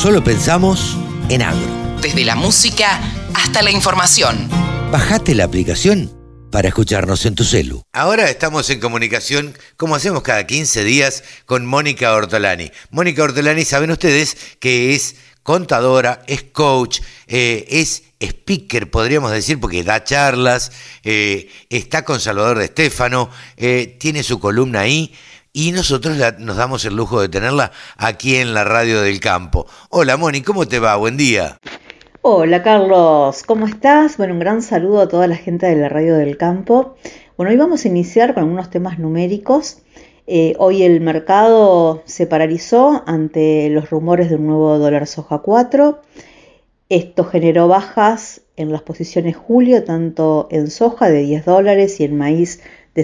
solo pensamos en agro. Desde la música hasta la información. Bajate la aplicación para escucharnos en tu celu. Ahora estamos en comunicación, como hacemos cada 15 días, con Mónica Ortolani. Mónica Ortolani, saben ustedes que es contadora, es coach, es speaker, podríamos decir, porque da charlas, está con Salvador de Stefano, tiene su columna ahí, y nosotros nos damos el lujo de tenerla aquí en la Radio del Campo. Hola Moni, ¿cómo te va? Buen día. Hola Carlos, ¿cómo estás? Bueno, un gran saludo a toda la gente de la Radio del Campo. Bueno, hoy vamos a iniciar con algunos temas numéricos. Hoy el mercado se paralizó ante los rumores de un nuevo dólar soja 4. Esto generó bajas en las posiciones julio, tanto en soja de $10 y en maíz de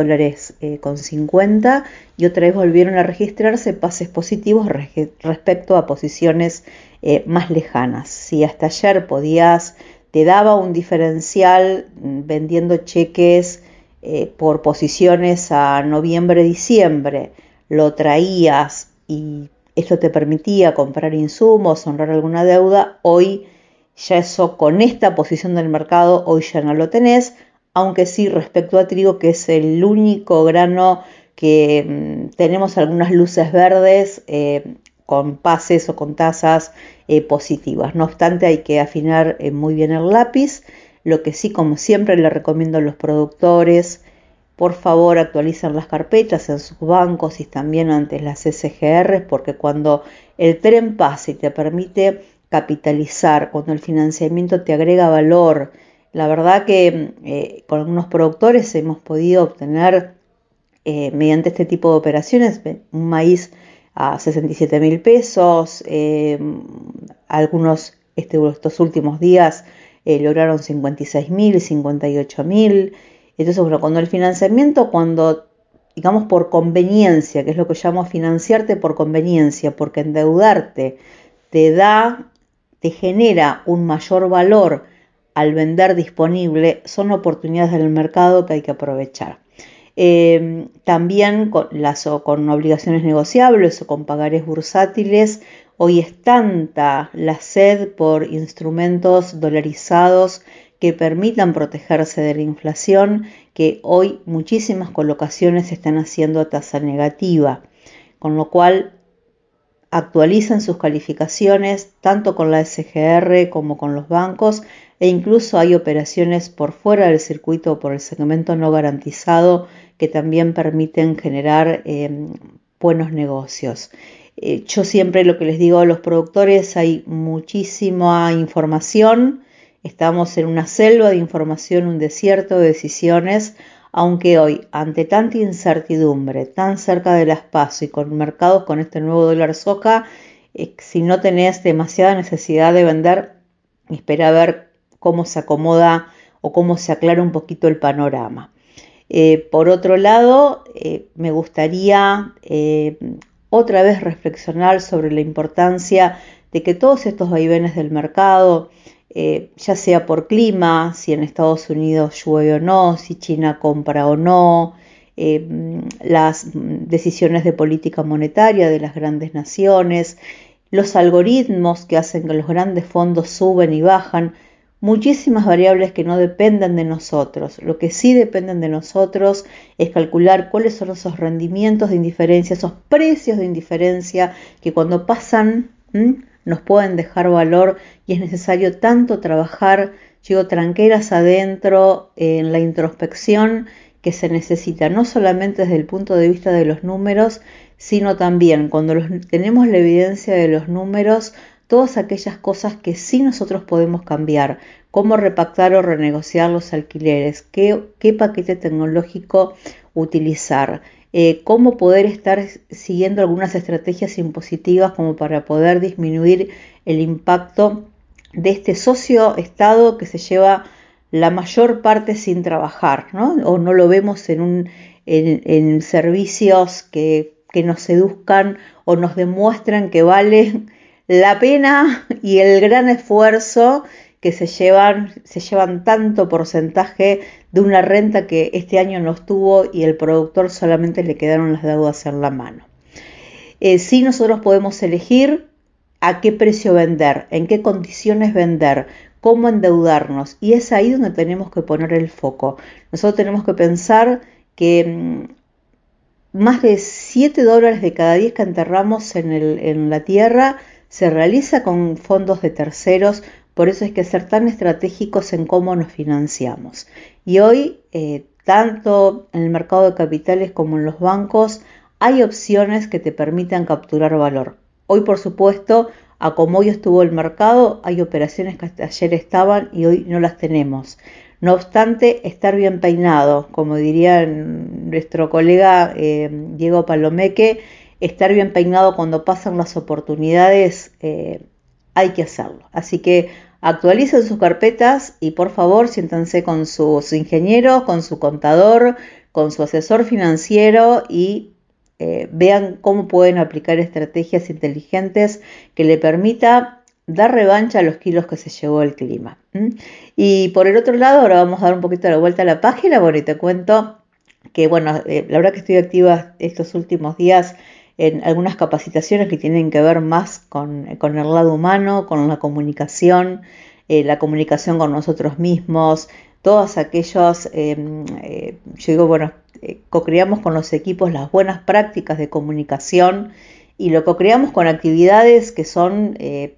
$6.50, y otra vez volvieron a registrarse pases positivos respecto a posiciones más lejanas. Si hasta ayer te daba un diferencial vendiendo cheques por posiciones a noviembre-diciembre, lo traías y esto te permitía comprar insumos, honrar alguna deuda, hoy ya eso con esta posición del mercado, hoy ya no lo tenés, aunque sí respecto a trigo, que es el único grano que tenemos algunas luces verdes con pases o con tasas positivas. No obstante, hay que afinar muy bien el lápiz. Lo que sí, como siempre, le recomiendo a los productores, por favor actualicen las carpetas en sus bancos y también ante las SGR, porque cuando el tren pasa y te permite capitalizar, cuando el financiamiento te agrega valor, la verdad que con algunos productores hemos podido obtener mediante este tipo de operaciones un maíz a 67.000 pesos, algunos estos últimos días lograron 56.000, 58.000. Entonces, bueno, cuando el financiamiento, digamos por conveniencia, que es lo que llamo financiarte por conveniencia, porque endeudarte te genera un mayor valor al vender disponible, son oportunidades del mercado que hay que aprovechar. También con obligaciones negociables o con pagares bursátiles, hoy es tanta la sed por instrumentos dolarizados que permitan protegerse de la inflación, que hoy muchísimas colocaciones se están haciendo a tasa negativa, con lo cual actualizan sus calificaciones tanto con la SGR como con los bancos, e incluso hay operaciones por fuera del circuito o por el segmento no garantizado que también permiten generar buenos negocios. Yo siempre lo que les digo a los productores, hay muchísima información, estamos en una selva de información, un desierto de decisiones, aunque hoy, ante tanta incertidumbre, tan cerca de las PASO y con mercados con este nuevo dólar soja, si no tenés demasiada necesidad de vender, espera a ver cómo se acomoda o cómo se aclara un poquito el panorama. Por otro lado, me gustaría otra vez reflexionar sobre la importancia de que todos estos vaivenes del mercado, ya sea por clima, si en Estados Unidos llueve o no, si China compra o no, las decisiones de política monetaria de las grandes naciones, los algoritmos que hacen que los grandes fondos suben y bajan, muchísimas variables que no dependen de nosotros. Lo que sí dependen de nosotros es calcular cuáles son esos rendimientos de indiferencia, esos precios de indiferencia que cuando pasan nos pueden dejar valor, y es necesario tanto trabajar, tranqueras adentro en la introspección que se necesita, no solamente desde el punto de vista de los números, sino también cuando tenemos la evidencia de los números, todas aquellas cosas que sí nosotros podemos cambiar, cómo repactar o renegociar los alquileres, qué paquete tecnológico utilizar, cómo poder estar siguiendo algunas estrategias impositivas como para poder disminuir el impacto de este socio-estado que se lleva la mayor parte sin trabajar, ¿no? O no lo vemos en servicios que nos seduzcan o nos demuestran que vale la pena y el gran esfuerzo que se llevan tanto porcentaje de una renta que este año no estuvo y el productor solamente le quedaron las deudas en la mano. Sí, nosotros podemos elegir a qué precio vender, en qué condiciones vender, cómo endeudarnos, y es ahí donde tenemos que poner el foco. Nosotros tenemos que pensar que más de $7 de cada 10 que enterramos en la tierra se realiza con fondos de terceros, por eso hay que ser tan estratégicos en cómo nos financiamos. Y hoy, tanto en el mercado de capitales como en los bancos, hay opciones que te permitan capturar valor. Hoy, por supuesto, a como hoy estuvo el mercado, hay operaciones que hasta ayer estaban y hoy no las tenemos. No obstante, estar bien peinado, como diría nuestro colega Diego Palomeque, estar bien peinado cuando pasan las oportunidades, hay que hacerlo. Así que actualicen sus carpetas y por favor siéntanse con sus ingenieros, con su contador, con su asesor financiero y vean cómo pueden aplicar estrategias inteligentes que le permita dar revancha a los kilos que se llevó el clima. Y por el otro lado, ahora vamos a dar un poquito la vuelta a la página. Bueno, y te cuento que, bueno, la verdad que estoy activa estos últimos días en algunas capacitaciones que tienen que ver más con el lado humano, con la comunicación con nosotros mismos, todos aquellos, yo digo, bueno, co-creamos con los equipos las buenas prácticas de comunicación y lo co-creamos con actividades que son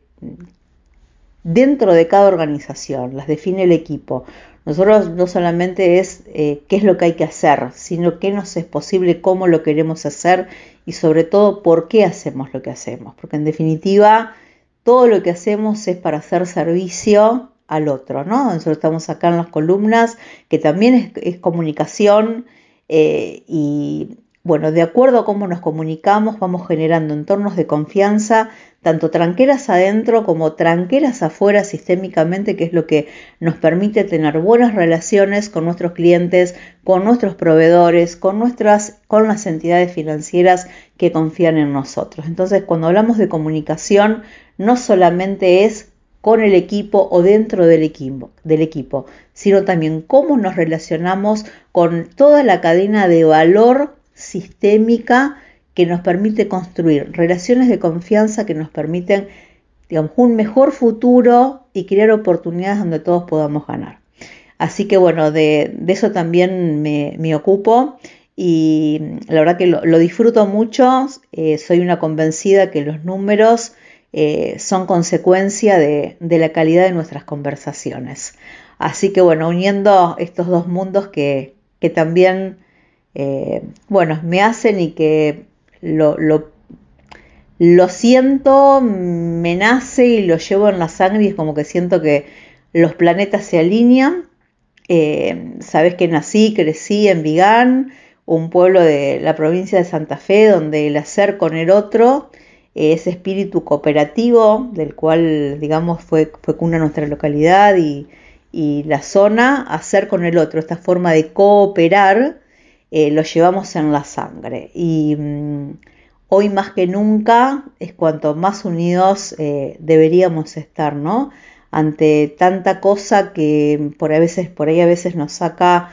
dentro de cada organización, las define el equipo. Nosotros no solamente es qué es lo que hay que hacer, sino qué nos es posible, cómo lo queremos hacer y sobre todo por qué hacemos lo que hacemos. Porque en definitiva todo lo que hacemos es para hacer servicio al otro, ¿no? Nosotros estamos acá en las columnas, que también es comunicación y bueno, de acuerdo a cómo nos comunicamos, vamos generando entornos de confianza, tanto tranqueras adentro como tranqueras afuera sistémicamente, que es lo que nos permite tener buenas relaciones con nuestros clientes, con nuestros proveedores, con las entidades financieras que confían en nosotros. Entonces, cuando hablamos de comunicación, no solamente es con el equipo o dentro del equipo, sino también cómo nos relacionamos con toda la cadena de valor sistémica que nos permite construir relaciones de confianza que nos permiten, digamos, un mejor futuro y crear oportunidades donde todos podamos ganar. Así que bueno, de eso también me ocupo y la verdad que lo disfruto mucho. Soy una convencida que los números son consecuencia de la calidad de nuestras conversaciones. Así que bueno, uniendo estos dos mundos que también me hacen y que lo siento, me nace y lo llevo en la sangre y es como que siento que los planetas se alinean. Sabes que nací, crecí en Vigán, un pueblo de la provincia de Santa Fe, donde el hacer con el otro, ese espíritu cooperativo del cual, digamos, fue cuna nuestra localidad y la zona, hacer con el otro, esta forma de cooperar, lo llevamos en la sangre y hoy más que nunca es cuanto más unidos deberíamos estar, ¿no? Ante tanta cosa que por ahí a veces nos saca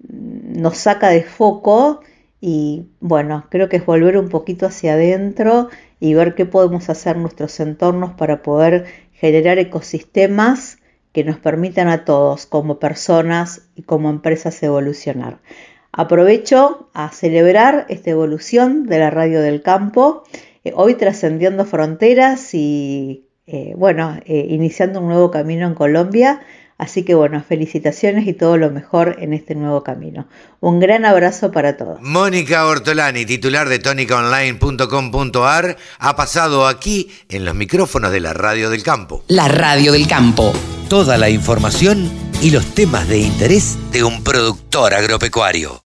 de foco y bueno, creo que es volver un poquito hacia adentro y ver qué podemos hacer en nuestros entornos para poder generar ecosistemas que nos permitan a todos como personas y como empresas evolucionar. Aprovecho a celebrar esta evolución de la Radio del Campo, hoy trascendiendo fronteras y iniciando un nuevo camino en Colombia. Así que bueno, felicitaciones y todo lo mejor en este nuevo camino. Un gran abrazo para todos. Mónica Ortolani, titular de tonicaonline.com.ar, ha pasado aquí en los micrófonos de la Radio del Campo. La Radio del Campo. Toda la información y los temas de interés de un productor agropecuario.